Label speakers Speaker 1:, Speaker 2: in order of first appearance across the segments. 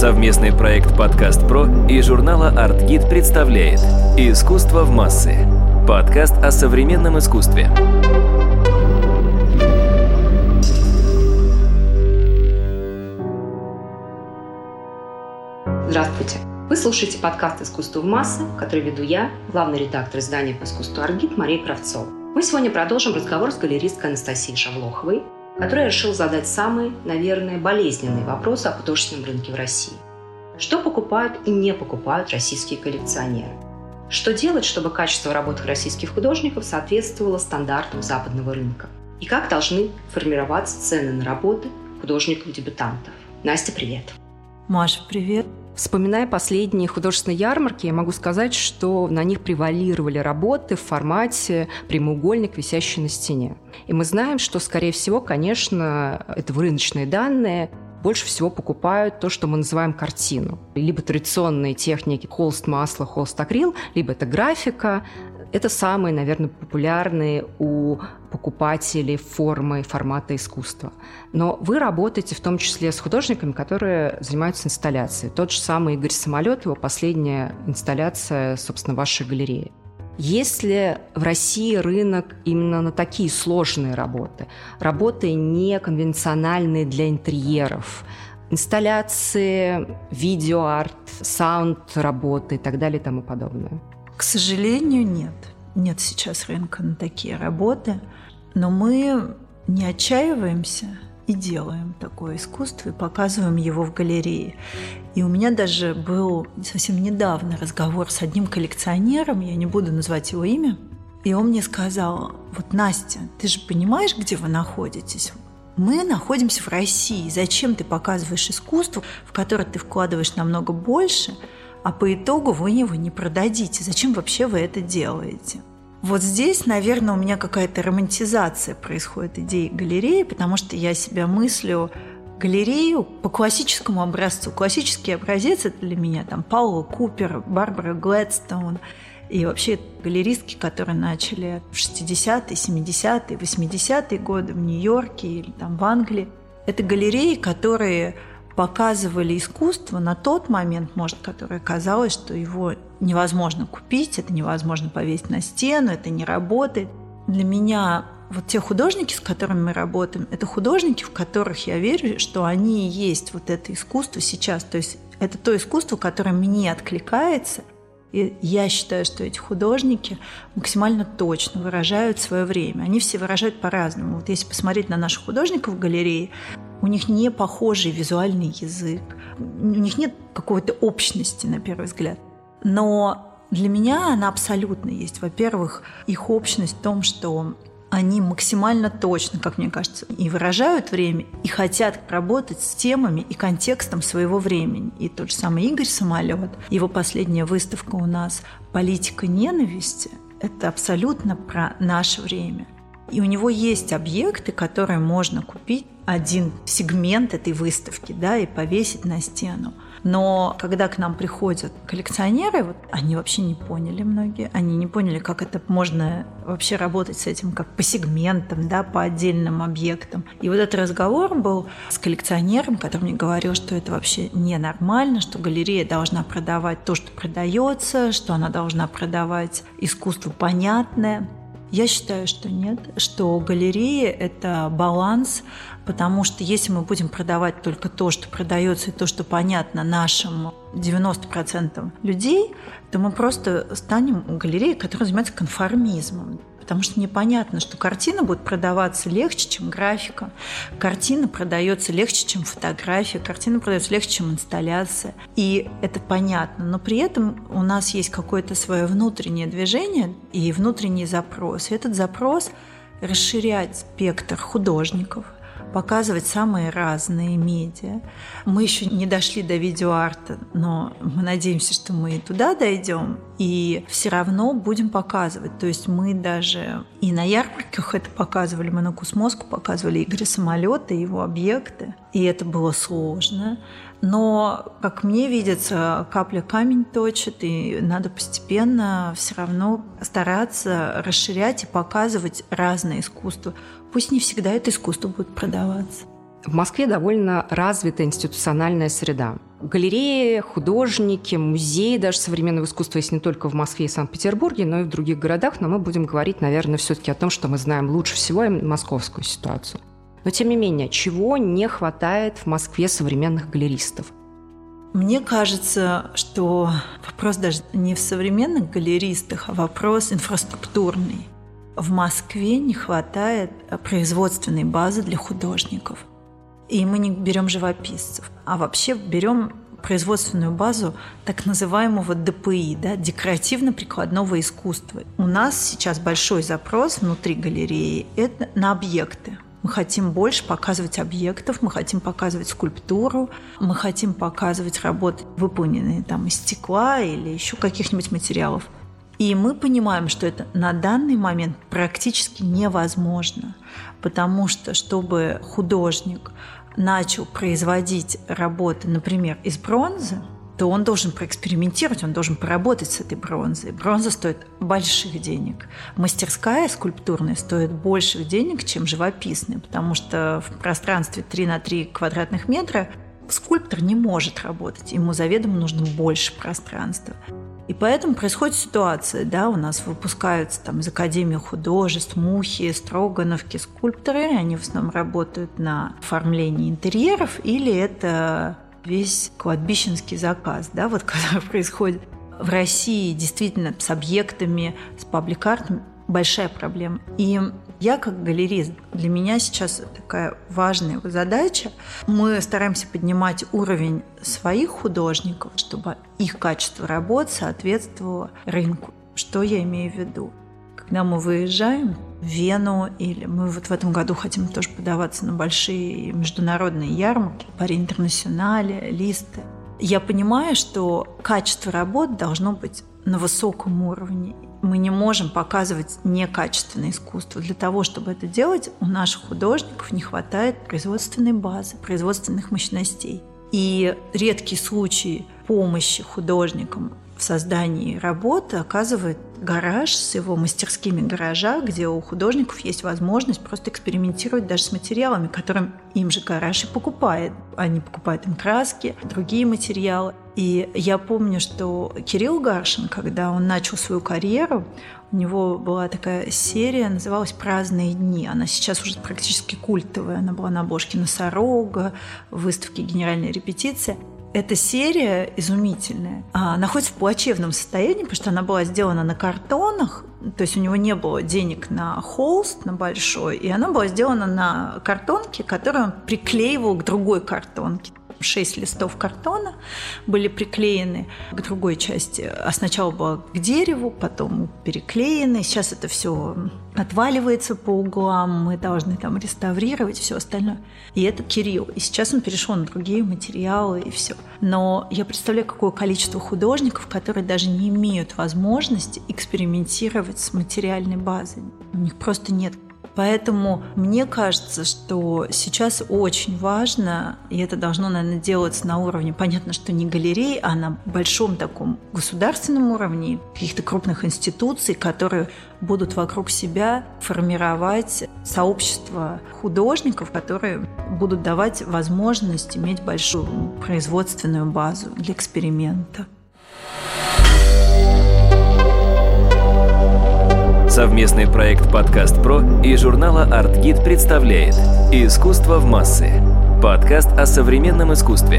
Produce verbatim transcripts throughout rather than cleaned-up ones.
Speaker 1: Совместный проект «Подкаст Про» и журнала «Артгид» представляет «Искусство в массы». Подкаст о современном искусстве.
Speaker 2: Здравствуйте! Вы слушаете подкаст «Искусство в массы», который веду я, главный редактор издания по искусству «Артгид» Мария Кравцова. Мы сегодня продолжим разговор с галеристкой Анастасией Шавлоховой, которая решила задать самый, наверное, болезненный вопрос о художественном рынке в России. Что покупают и не покупают российские коллекционеры? Что делать, чтобы качество работ российских художников соответствовало стандартам западного рынка? И как должны формироваться цены на работы художников-дебютантов? Настя, привет!
Speaker 3: Маша, привет!
Speaker 2: Вспоминая последние художественные ярмарки, я могу сказать, что на них превалировали работы в формате прямоугольник, висящий на стене. И мы знаем, что, скорее всего, конечно, это рыночные данные, больше всего покупают то, что мы называем картину. Либо традиционные техники холст, масло, холст, акрил, либо это графика. Это самые, наверное, популярные у покупателей формы, формата искусства. Но вы работаете в том числе с художниками, которые занимаются инсталляцией. Тот же самый Игорь Самолет, его последняя инсталляция, собственно, вашей галереи. Есть ли в России рынок именно на такие сложные работы? Работы неконвенциональные для интерьеров, инсталляции, видеоарт, саунд-работы и так далее и тому подобное?
Speaker 3: К сожалению, нет. Нет сейчас рынка на такие работы. Но мы не отчаиваемся и делаем такое искусство, и показываем его в галерее. И у меня даже был совсем недавно разговор с одним коллекционером, я не буду называть его имя, и он мне сказал: вот, Настя, ты же понимаешь, где вы находитесь? Мы находимся в России. Зачем ты показываешь искусство, в которое ты вкладываешь намного больше, а по итогу вы его не продадите? Зачем вообще вы это делаете? Вот здесь, наверное, у меня какая-то романтизация происходит идеи галереи, потому что я себя мыслю галерею по классическому образцу. Классический образец – это для меня там Паула Купер, Барбара Глэдстоун и вообще галеристки, которые начали в шестидесятые, семидесятые, восьмидесятые годы в Нью-Йорке или там в Англии. Это галереи, которые показывали искусство на тот момент, может, которое казалось, что его невозможно купить, это невозможно повесить на стену, это не работает. Для меня вот те художники, с которыми мы работаем, это художники, в которых я верю, что они и есть вот это искусство сейчас. То есть это то искусство, которое мне откликается. И я считаю, что эти художники максимально точно выражают свое время. Они все выражают по-разному. Вот если посмотреть на наших художников в галерее, у них не похожий визуальный язык, у них нет какой-то общности, на первый взгляд. Но для меня она абсолютно есть. Во-первых, их общность в том, что они максимально точно, как мне кажется, и выражают время, и хотят работать с темами и контекстом своего времени. И тот же самый Игорь Самолет, его последняя выставка у нас «Политика ненависти» – это абсолютно про наше время. И у него есть объекты, которые можно купить, один сегмент этой выставки, да, и повесить на стену. Но когда к нам приходят коллекционеры, вот, они вообще не поняли многие, они не поняли, как это можно вообще работать с этим, как по сегментам, да, по отдельным объектам. И вот этот разговор был с коллекционером, который мне говорил, что это вообще ненормально, что галерея должна продавать то, что продается, что она должна продавать искусство понятное. Я считаю, что нет, что галерея – это баланс, потому что если мы будем продавать только то, что продается, и то, что понятно нашим девяноста процентам людей, то мы просто станем галереей, которая занимается конформизмом. Потому что непонятно, что картина будет продаваться легче, чем графика, картина продается легче, чем фотография, картина продается легче, чем инсталляция. И это понятно. Но при этом у нас есть какое-то свое внутреннее движение и внутренний запрос. И этот запрос – расширять спектр художников, показывать самые разные медиа. Мы еще не дошли до видеоарта, но мы надеемся, что мы и туда дойдем, и все равно будем показывать. То есть мы даже и на ярмарках это показывали, мы на Кусмоску показывали Игоря Самолета и его объекты, и это было сложно. Но, как мне видится, капля камень точит, и надо постепенно все равно стараться расширять и показывать разное искусство. Пусть не всегда это искусство будет продаваться.
Speaker 2: В Москве довольно развитая институциональная среда. Галереи, художники, музеи даже современного искусства есть не только в Москве и Санкт-Петербурге, но и в других городах. Но мы будем говорить, наверное, все-таки о том, что мы знаем лучше всего, именно московскую ситуацию. Но, тем не менее, чего не хватает в Москве современных галеристов?
Speaker 3: Мне кажется, что вопрос даже не в современных галеристах, а вопрос инфраструктурный. В Москве не хватает производственной базы для художников. И мы не берем живописцев, а вообще берем производственную базу так называемого ди пи и, да, декоративно-прикладного искусства. У нас сейчас большой запрос внутри галереи – это на объекты. Мы хотим больше показывать объектов, мы хотим показывать скульптуру, мы хотим показывать работы, выполненные там из стекла или еще каких-нибудь материалов. И мы понимаем, что это на данный момент практически невозможно, потому что, чтобы художник начал производить работы, например, из бронзы, то он должен проэкспериментировать, он должен поработать с этой бронзой. Бронза стоит больших денег. Мастерская скульптурная стоит больших денег, чем живописная, потому что в пространстве три на три квадратных метра скульптор не может работать, ему заведомо нужно больше пространства. И поэтому происходит ситуация, да, у нас выпускаются там из Академии художеств, Мухи, Строгановки скульпторы, они в основном работают на оформлении интерьеров, или это весь кладбищенский заказ, да, вот который происходит в России действительно с объектами, с паблик-артом, большая проблема. И я как галерист, для меня сейчас такая важная задача. Мы стараемся поднимать уровень своих художников, чтобы их качество работ соответствовало рынку. Что я имею в виду? Когда мы выезжаем в Вену, или мы вот в этом году хотим тоже подаваться на большие международные ярмарки, Пари Интернационале, Листы, я понимаю, что качество работ должно быть на высоком уровне. Мы не можем показывать некачественное искусство. Для того, чтобы это делать, у наших художников не хватает производственной базы, производственных мощностей. И редкий случай помощи художникам в создании работы оказывает гараж с его мастерскими гаража, где у художников есть возможность просто экспериментировать даже с материалами, которым им же гараж и покупает. Они покупают им краски, другие материалы. И я помню, что Кирилл Гаршин, когда он начал свою карьеру, у него была такая серия, называлась «Праздные дни». Она сейчас уже практически культовая. Она была на обложке «Носорога», в выставке «Генеральная репетиция». Эта серия изумительная. Она находится в плачевном состоянии, потому что она была сделана на картонах, то есть у него не было денег на холст, на большой, и она была сделана на картонке, которую он приклеивал к другой картонке. Шесть листов картона были приклеены к другой части. А сначала было к дереву, потом переклеены. Сейчас это все отваливается по углам. Мы должны там реставрировать все остальное. И это Кирилл. И сейчас он перешел на другие материалы и все. Но я представляю, какое количество художников, которые даже не имеют возможности экспериментировать с материальной базой. У них просто нет. Поэтому мне кажется, что сейчас очень важно, и это должно, наверное, делаться на уровне, понятно, что не галерей, а на большом таком государственном уровне, каких-то крупных институций, которые будут вокруг себя формировать сообщество художников, которые будут давать возможность иметь большую производственную базу для эксперимента.
Speaker 1: Совместный проект «Подкаст Про» и журнала «Артгид» представляет «Искусство в массы» – подкаст о современном искусстве.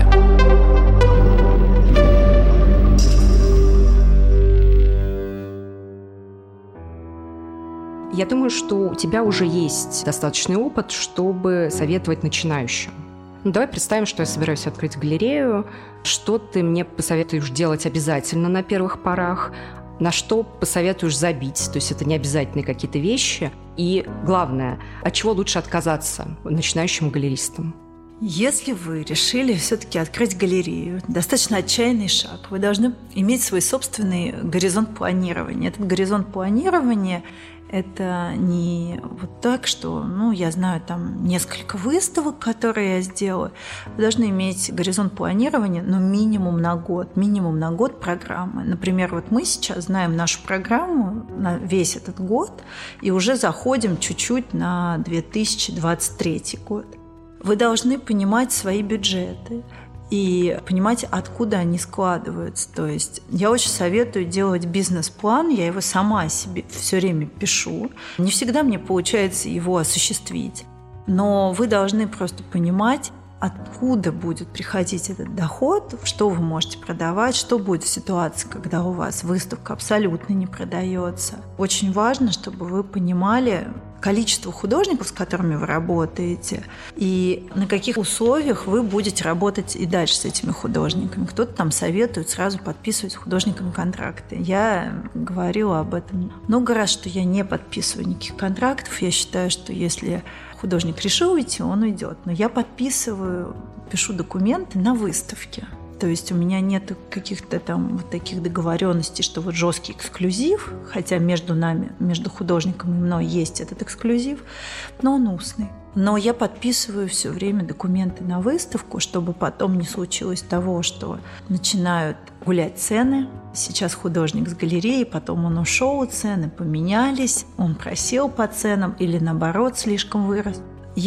Speaker 2: Я думаю, что у тебя уже есть достаточный опыт, чтобы советовать начинающим. Ну, давай представим, что я собираюсь открыть галерею. Что ты мне посоветуешь делать обязательно на первых порах? На что посоветуешь забить, то есть это не обязательные какие-то вещи. И главное, от чего лучше отказаться начинающим галеристам?
Speaker 3: Если вы решили все-таки открыть галерею, достаточно отчаянный шаг, вы должны иметь свой собственный горизонт планирования. Этот горизонт планирования – это не вот так, что, ну, я знаю там несколько выставок, которые я сделаю. Вы должны иметь горизонт планирования, ну, минимум на год, минимум на год программы. Например, вот мы сейчас знаем нашу программу на весь этот год и уже заходим чуть-чуть на две тысячи двадцать третий год. Вы должны понимать свои бюджеты и понимать, откуда они складываются. То есть я очень советую делать бизнес-план, я его сама себе все время пишу. Не всегда мне получается его осуществить, но вы должны просто понимать, откуда будет приходить этот доход, что вы можете продавать, что будет в ситуации, когда у вас выставка абсолютно не продается. Очень важно, чтобы вы понимали количество художников, с которыми вы работаете, и на каких условиях вы будете работать и дальше с этими художниками. Кто-то там советует сразу подписывать с художниками контракты. Я говорила об этом много раз, что я не подписываю никаких контрактов. Я считаю, что если художник решил уйти, он уйдет. Но я подписываю, пишу документы на выставке. То есть у меня нет каких-то там вот таких договоренностей, что вот жесткий эксклюзив, хотя между нами, между художником и мной есть этот эксклюзив, но он устный. Но я подписываю все время документы на выставку, чтобы потом не случилось того, что начинают гулять цены. Сейчас художник с галереи, потом он ушел, цены поменялись, он просел по ценам или наоборот слишком вырос.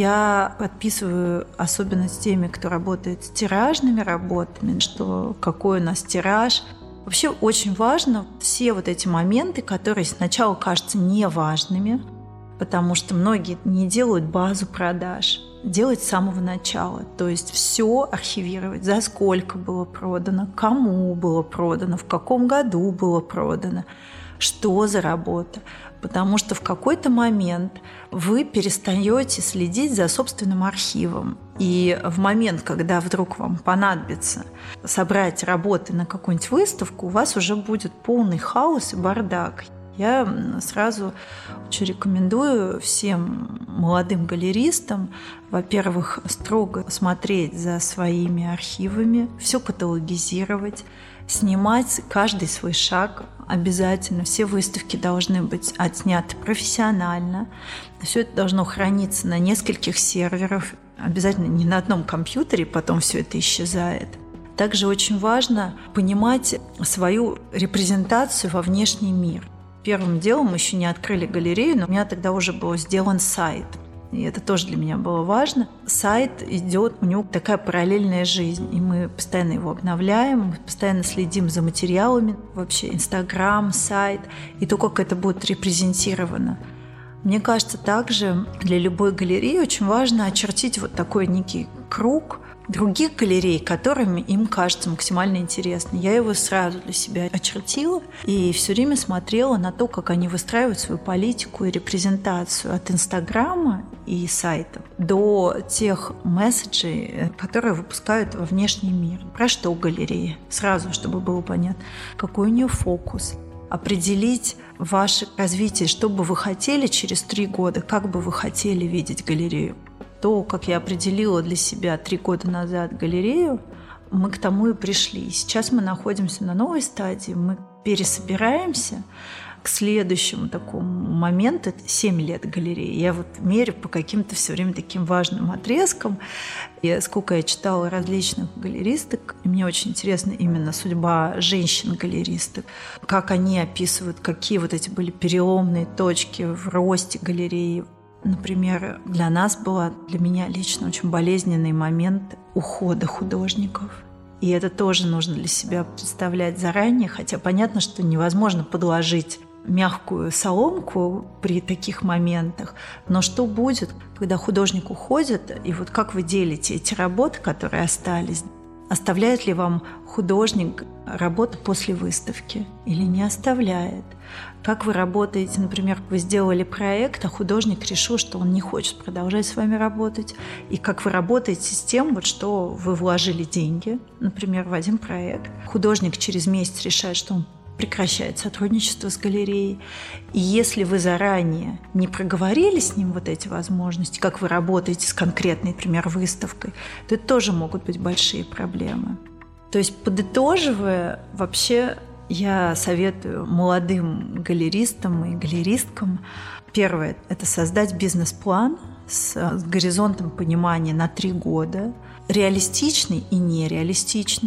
Speaker 3: Я подписываю, особенно с теми, кто работает с тиражными работами, что какой у нас тираж. Вообще очень важно все вот эти моменты, которые сначала кажутся неважными, потому что многие не делают базу продаж, делать с самого начала. То есть все архивировать, за сколько было продано, кому было продано, в каком году было продано, что за работа. Потому что в какой-то момент вы перестаете следить за собственным архивом. И в момент, когда вдруг вам понадобится собрать работы на какую-нибудь выставку, у вас уже будет полный хаос и бардак. Я сразу очень рекомендую всем молодым галеристам, во-первых, строго смотреть за своими архивами, все каталогизировать, снимать каждый свой шаг обязательно. Все выставки должны быть отсняты профессионально. Все это должно храниться на нескольких серверах, обязательно не на одном компьютере, потом все это исчезает. Также очень важно понимать свою репрезентацию во внешний мир. Первым делом мы еще не открыли галерею, но у меня тогда уже был сделан сайт. И это тоже для меня было важно. Сайт идет, у него такая параллельная жизнь, и мы постоянно его обновляем, мы постоянно следим за материалами, вообще Инстаграм, сайт, и то, как это будет репрезентировано. Мне кажется, также для любой галереи очень важно очертить вот такой некий круг других галерей, которыми им кажется максимально интересно. Я его сразу для себя очертила и все время смотрела на то, как они выстраивают свою политику и репрезентацию от Инстаграма и сайтов до тех месседжей, которые выпускают во внешний мир. Про что галерея? Сразу, чтобы было понятно, какой у нее фокус. Определить ваше развитие, что бы вы хотели через три года, как бы вы хотели видеть галерею. То, как я определила для себя три года назад галерею, мы к тому и пришли. Сейчас мы находимся на новой стадии, мы пересобираемся к следующему такому моменту, это семь лет галереи. Я вот мерю по каким-то все время таким важным отрезкам. И сколько я читала различных галеристок, и мне очень интересна именно судьба женщин-галеристок, как они описывают, какие вот эти были переломные точки в росте галереи. Например, для нас была, для меня лично очень болезненный момент ухода художников. И это тоже нужно для себя представлять заранее, хотя понятно, что невозможно подложить мягкую соломку при таких моментах. Но что будет, когда художник уходит, и вот как вы делите эти работы, которые остались? Оставляет ли вам художник работу после выставки или не оставляет? Как вы работаете, например, вы сделали проект, а художник решил, что он не хочет продолжать с вами работать. И как вы работаете с тем, вот, что вы вложили деньги, например, в один проект. Художник через месяц решает, что он прекращает сотрудничество с галереей. И если вы заранее не проговорили с ним вот эти возможности, как вы работаете с конкретной, например, выставкой, то это тоже могут быть большие проблемы. То есть, подытоживая, вообще я советую молодым галеристам и галеристкам, первое – это создать бизнес-план с, с горизонтом понимания на три года, реалистичный и нереалистичный.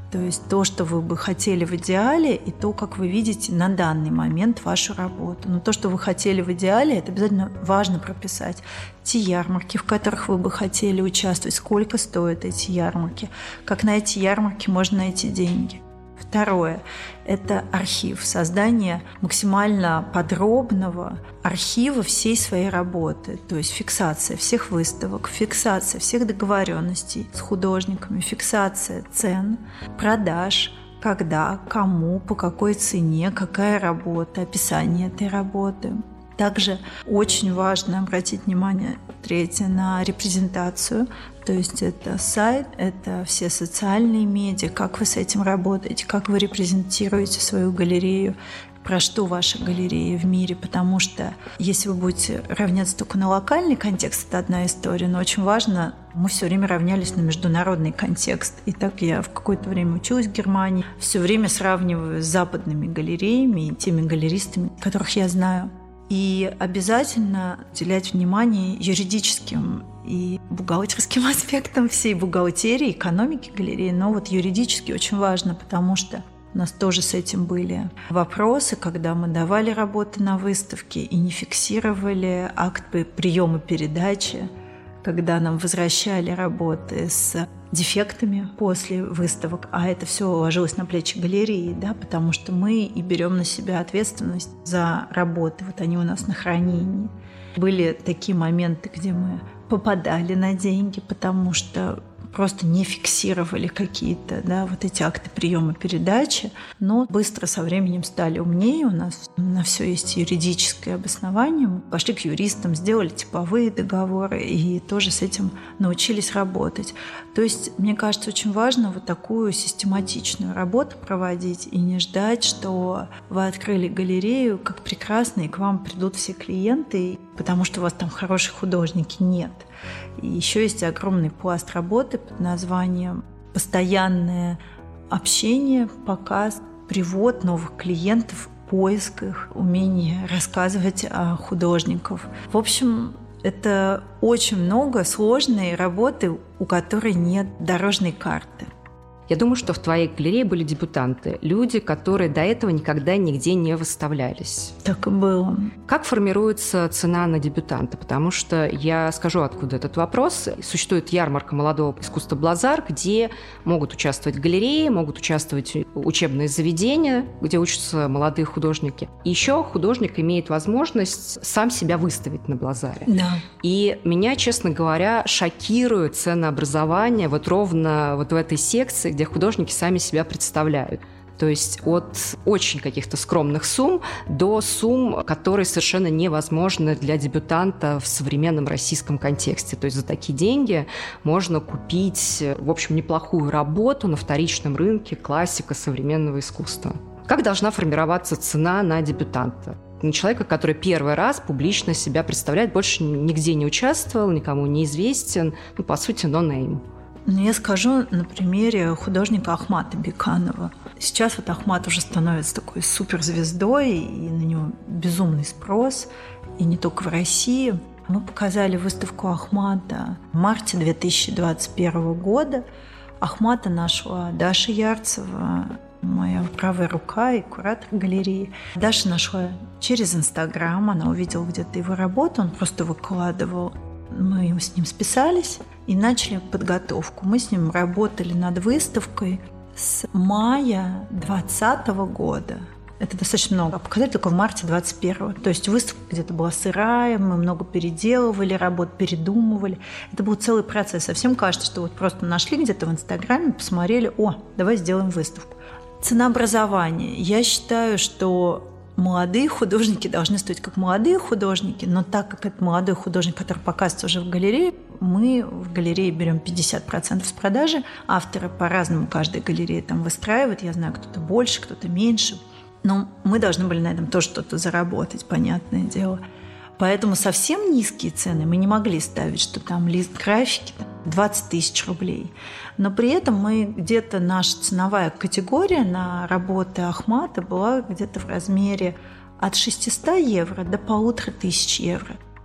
Speaker 3: То есть то, что вы бы хотели в идеале, и то, как вы видите на данный момент вашу работу. Но то, что вы хотели в идеале, это обязательно важно прописать. Те ярмарки, в которых вы бы хотели участвовать, сколько стоят эти ярмарки, как на эти ярмарки можно найти деньги. Второе – это архив, создание максимально подробного архива всей своей работы, то есть фиксация всех выставок, фиксация всех договоренностей с художниками, фиксация цен, продаж, когда, кому, по какой цене, какая работа, описание этой работы. Также очень важно обратить внимание, третье, на репрезентацию. То есть это сайт, это все социальные медиа, как вы с этим работаете, как вы репрезентируете свою галерею, про что ваша галерея в мире. Потому что если вы будете равняться только на локальный контекст, это одна история, но очень важно, мы все время равнялись на международный контекст. И так я в какое-то время училась в Германии, все время сравниваю с западными галереями и теми галеристами, которых я знаю. И обязательно уделять внимание юридическим и бухгалтерским аспектам всей бухгалтерии, экономики галереи. Но вот юридически очень важно, потому что у нас тоже с этим были вопросы, когда мы давали работы на выставке и не фиксировали акт приема передачи, когда нам возвращали работы с дефектами после выставок, а это все ложилось на плечи галереи, да, потому что мы и берем на себя ответственность за работы. Вот они у нас на хранении. Были такие моменты, где мы попадали на деньги, потому что просто не фиксировали какие-то, да, вот эти акты приема передачи, но быстро со временем стали умнее, у нас на все есть юридическое обоснование, мы пошли к юристам, сделали типовые договоры и тоже с этим научились работать. То есть, мне кажется, очень важно вот такую систематичную работу проводить и не ждать, что вы открыли галерею, как прекрасно, и к вам придут все клиенты, потому что у вас там хорошие художники. Нет. И еще есть огромный пласт работы под названием «Постоянное общение, показ, привод новых клиентов, поиск их, умение рассказывать о художниках». В общем, это очень много сложной работы, у которой нет дорожной карты.
Speaker 2: Я думаю, что в твоей галерее были дебютанты, люди, которые до этого никогда нигде не выставлялись.
Speaker 3: Так и было.
Speaker 2: Как формируется цена на дебютанта? Потому что я скажу, откуда этот вопрос. Существует ярмарка молодого искусства «Блазар», где могут участвовать галереи, могут участвовать учебные заведения, где учатся молодые художники. И еще художник имеет возможность сам себя выставить на «Блазаре».
Speaker 3: Да.
Speaker 2: И меня, честно говоря, шокирует ценообразование вот ровно вот в этой секции, где художники сами себя представляют. То есть от очень каких-то скромных сумм до сумм, которые совершенно невозможны для дебютанта в современном российском контексте. То есть за такие деньги можно купить, в общем, неплохую работу на вторичном рынке, классика современного искусства. Как должна формироваться цена на дебютанта? На человека, который первый раз публично себя представляет, больше нигде не участвовал, никому не известен, ну, по сути, no-name.
Speaker 3: Я скажу на примере художника Ахмата Беканова. Сейчас вот Ахмат уже становится такой суперзвездой, и на него безумный спрос, и не только в России. Мы показали выставку Ахмата в марте две тысячи двадцать первого года. Ахмата нашла Даша Ярцева, моя правая рука и куратор галереи. Даша нашла через Инстаграм, она увидела где-то его работу, он просто выкладывал. Мы с ним списались и начали подготовку. Мы с ним работали над выставкой с мая двадцатого года. Это достаточно много. А показали только в марте двадцать первого. То есть выставка где-то была сырая, мы много переделывали, работу передумывали. Это был целый процесс. Совсем кажется, что вот просто нашли где-то в Инстаграме, посмотрели, о, давай сделаем выставку. Ценообразование. Я считаю, что молодые художники должны стоить как молодые художники, но так как это молодой художник, который показывается уже в галерее, мы в галерее берем пятьдесят процентов с продажи. Авторы по-разному каждая галерея там выстраивает. Я знаю, кто-то больше, кто-то меньше. Но мы должны были на этом тоже что-то заработать, понятное дело. Поэтому совсем низкие цены мы не могли ставить, что там лист графики двадцать тысяч рублей. Но при этом мы где-то, наша ценовая категория на работы Ахмата была где-то в размере от шестисот евро до полутора тысяч евро.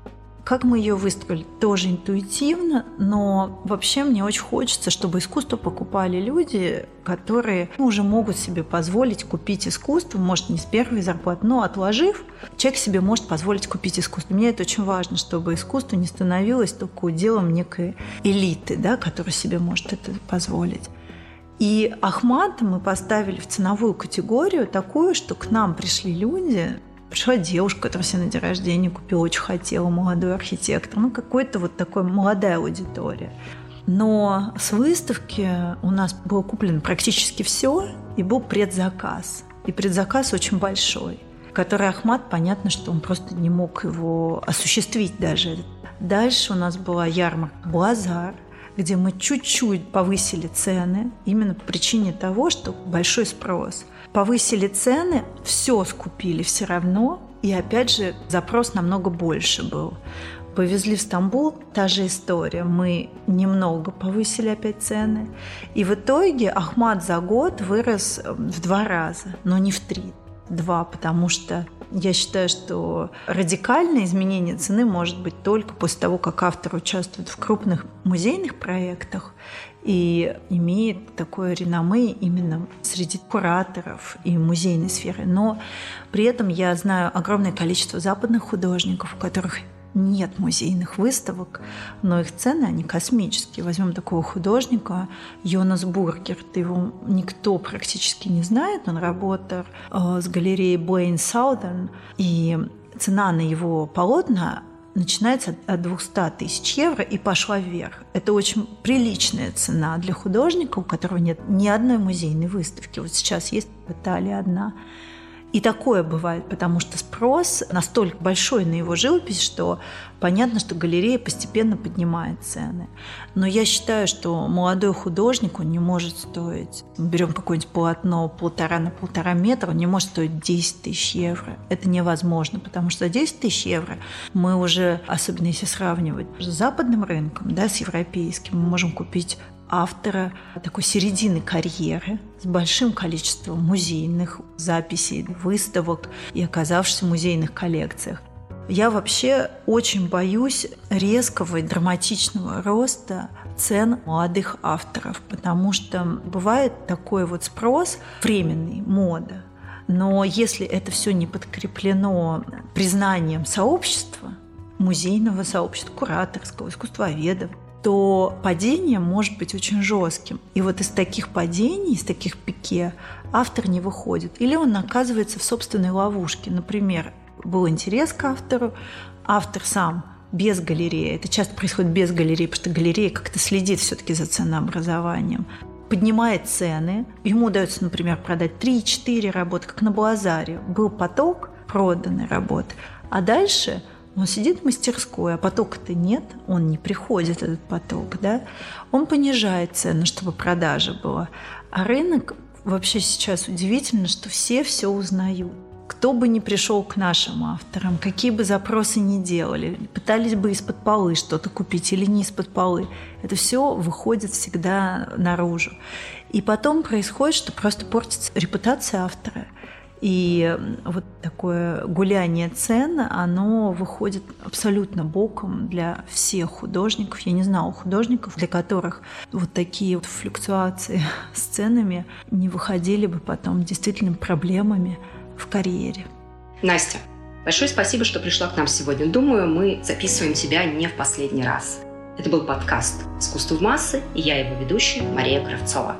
Speaker 3: Как мы ее выстроили? Тоже интуитивно, но вообще мне очень хочется, чтобы искусство покупали люди, которые ну, уже могут себе позволить купить искусство, может, не с первой зарплаты, но отложив, человек себе может позволить купить искусство. Мне это очень важно, чтобы искусство не становилось только уделом некой элиты, да, которая себе может это позволить. И Ахмата мы поставили в ценовую категорию такую, что к нам пришли люди. Пришла девушка, которая себе на день рождения купила, очень хотела, молодой архитектор. Ну, какой-то вот такой молодая аудитория. Но с выставки у нас было куплено практически все, и был предзаказ. И предзаказ очень большой, который Ахмат, понятно, что он просто не мог его осуществить даже. Дальше у нас была ярмарка «Базар», где мы чуть-чуть повысили цены именно по причине того, что большой спрос. Повысили цены, все скупили все равно, и опять же запрос намного больше был. Повезли в Стамбул, та же история. Мы немного повысили опять цены. И в итоге Ахмат за год вырос в два раза, но не в три. Два, потому что я считаю, что радикальное изменение цены может быть только после того, как автор участвует в крупных музейных проектах и имеет такое реноме именно среди кураторов и музейной сферы. Но при этом я знаю огромное количество западных художников, у которых нет музейных выставок, но их цены, они космические. Возьмем такого художника Йонас Бургерт. Его никто практически не знает. Он работал э, с галереей Blaine Southern, и цена на его полотна начинается от двухсот тысяч евро и пошла вверх. Это очень приличная цена для художника, у которого нет ни одной музейной выставки. Вот сейчас есть в Италии одна. И такое бывает, потому что спрос настолько большой на его живопись, что понятно, что галерея постепенно поднимает цены. Но я считаю, что молодой художник, он не может стоить, берем какое-нибудь полотно полтора на полтора метра, он не может стоить десять тысяч евро. Это невозможно, потому что за десять тысяч евро мы уже, особенно если сравнивать с западным рынком, да, с европейским, мы можем купить автора такой середины карьеры с большим количеством музейных записей, выставок и оказавшихся в музейных коллекциях. Я вообще очень боюсь резкого и драматичного роста цен молодых авторов, потому что бывает такой вот спрос временный, мода. Но если это все не подкреплено признанием сообщества, музейного сообщества, кураторского, искусствоведов, то падение может быть очень жестким. И вот из таких падений, из таких пике автор не выходит. Или он оказывается в собственной ловушке. Например, был интерес к автору, автор сам без галереи, это часто происходит без галереи, потому что галерея как-то следит все-таки за ценообразованием, поднимает цены, ему удается, например, продать три-четыре работы, как на Базаре. Был поток проданной работы, а дальше он сидит в мастерской, а потока-то нет, он не приходит, этот поток, да? Он понижает цену, чтобы продажа была. А рынок вообще сейчас удивительно, что все все узнают. Кто бы ни пришел к нашим авторам, какие бы запросы ни делали, пытались бы из-под полы что-то купить или не из-под полы, это все выходит всегда наружу. И потом происходит, что просто портится репутация автора. И вот такое гуляние цен, оно выходит абсолютно боком для всех художников. Я не знала художников, для которых вот такие вот флюктуации с ценами не выходили бы потом действительно проблемами в карьере.
Speaker 4: Настя, большое спасибо, что пришла к нам сегодня. Думаю, мы записываем тебя не в последний раз. Это был подкаст «Искусство в массы», и я его ведущая Мария Кравцова.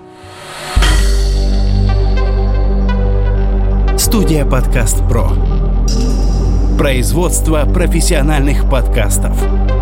Speaker 5: Студия «Подкаст Про». Производство профессиональных подкастов.